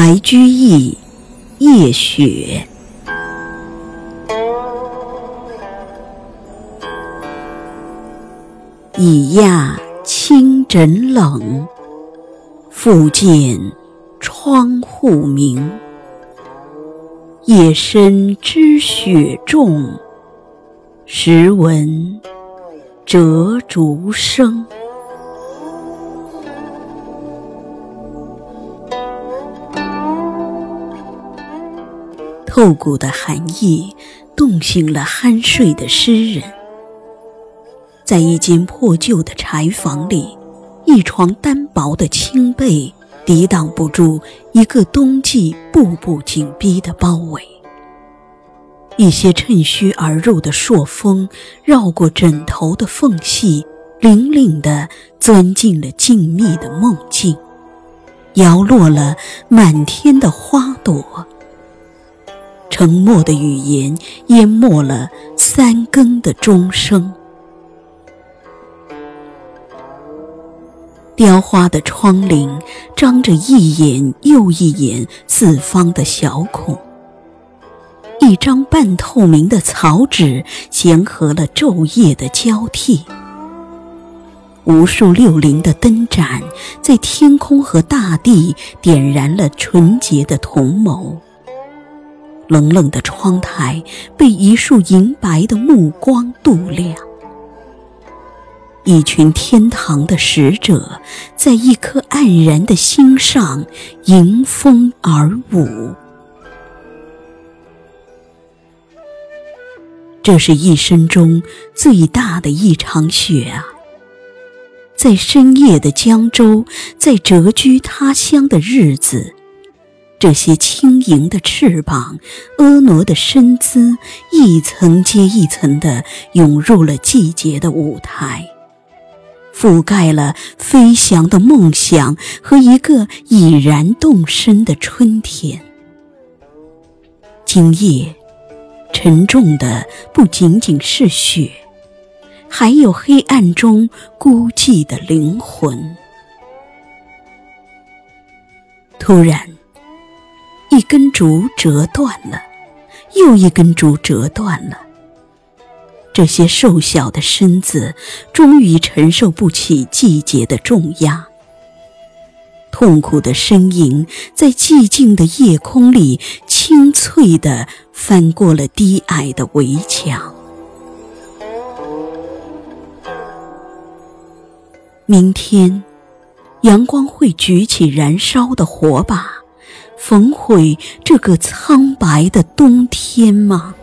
白居易夜雪。已讶清枕冷，复见窗户明。夜深知雪重，时闻折竹声。透骨的寒意冻醒了酣睡的诗人。在一间破旧的柴房里，一床单薄的青被抵挡不住一个冬季步步紧逼的包围。一些趁虚而入的朔风绕过枕头的缝隙，凛凛地钻进了静谧的梦境，摇落了满天的花朵。沉默的语言淹没了三更的钟声。雕花的窗棂张着一眼又一眼四方的小孔，一张半透明的草纸弦合了昼夜的交替。无数六棱的灯盏在天空和大地点燃了纯洁的瞳眸。冷冷的窗台被一束银白的目光镀亮。一群天堂的使者在一颗黯然的心上迎风而舞。这是一生中最大的一场雪啊！在深夜的江州，在谪居他乡的日子，这些轻盈的翅膀，婀娜的身姿，一层接一层地涌入了季节的舞台，覆盖了飞翔的梦想和一个已然动身的春天。今夜沉重的不仅仅是雪，还有黑暗中孤寂的灵魂。突然，一根竹折断了，又一根竹折断了。这些瘦小的身子终于承受不起季节的重压，痛苦的呻吟在寂静的夜空里清脆地翻过了低矮的围墙。明天，阳光会举起燃烧的火把，焚毁这个苍白的冬天吗？